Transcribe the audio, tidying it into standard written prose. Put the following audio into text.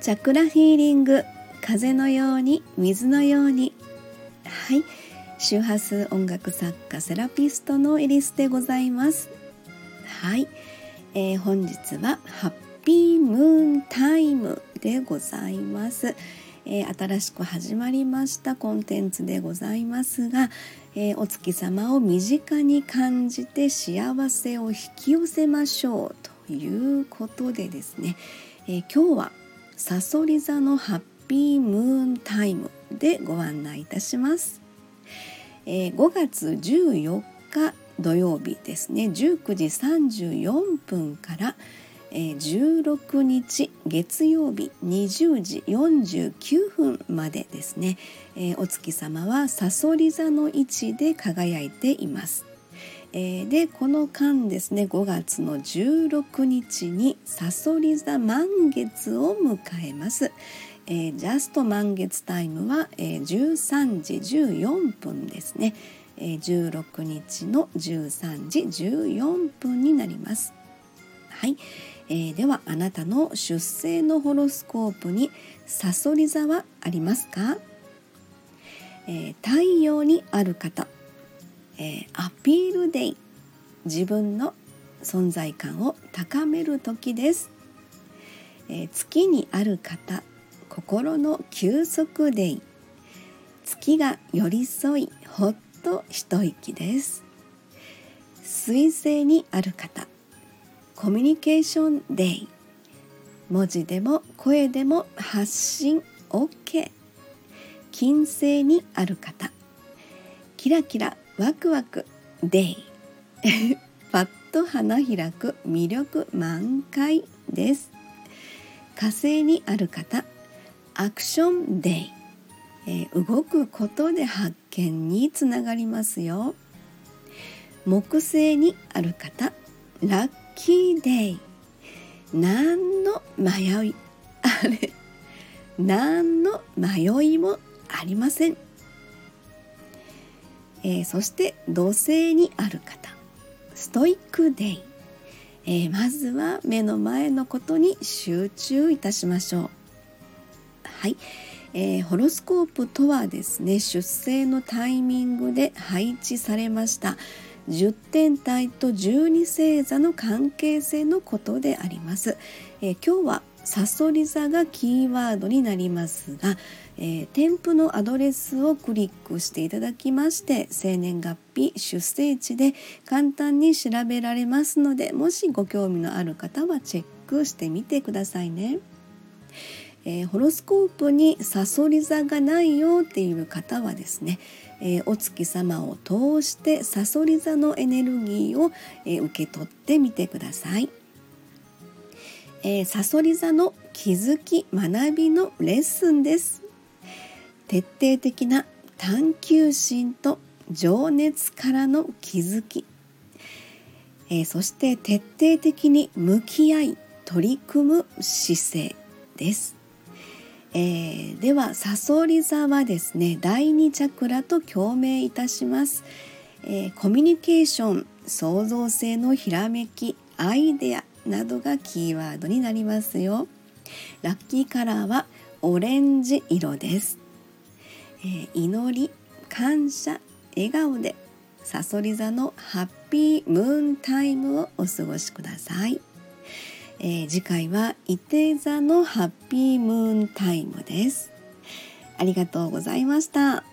チャクラヒーリング、風のように水のように。はい、周波数音楽作家セラピストのエリスでございます。はい、本日はハッピームーンタイムでございます。新しく始まりましたコンテンツでございますが、お月様を身近に感じて幸せを引き寄せましょうということでですね、今日はさそり座のハッピームーンタイムでご案内いたします。5月14日土曜日ですね、19時34分から16日月曜日20時49分までですね、お月様はさそり座の位置で輝いています。でこの間ですね、5月の16日にさそり座満月を迎えます。ジャスト満月タイムは、13時14分ですね。16日の13時14分になります。はい、ではあなたの出生のホロスコープにさそり座はありますか？太陽にある方、アピールデイ、自分の存在感を高める時です。月にある方、心の休息デイ、月が寄り添いほっと一息です。水星にある方、コミュニケーションデイ、文字でも声でも発信 OK。 金星にある方、キラキラワクワクデイパッと花開く魅力満開です。火星にある方、アクションデイ、動くことで発見につながりますよ。木星にある方、ラッキーデイ、何の迷い何の迷いもありません。そして土星にある方、ストイックデイ、まずは目の前のことに集中いたしましょう。はい、ホロスコープとはですね、出生のタイミングで配置されました10天体と12星座の関係性のことであります。今日はさそり座がキーワードになりますが、添付のアドレスをクリックしていただきまして、生年月日出生地で簡単に調べられますので、もしご興味のある方はチェックしてみてくださいね。ホロスコープにさそり座がないよっていう方はですね、お月様を通してさそり座のエネルギーを、受け取ってみてください。さそり座の気づき学びのレッスンです。徹底的な探求心と情熱からの気づき、そして徹底的に向き合い取り組む姿勢です。ではさそり座はですね、第二チャクラと共鳴いたします。コミュニケーション、創造性のひらめき、アイデアなどがキーワードになりますよ。ラッキーカラーはオレンジ色です。祈り、感謝、笑顔でさそり座のハッピームーンタイムをお過ごしください。次回は射手座のハッピームーンタイムです。ありがとうございました。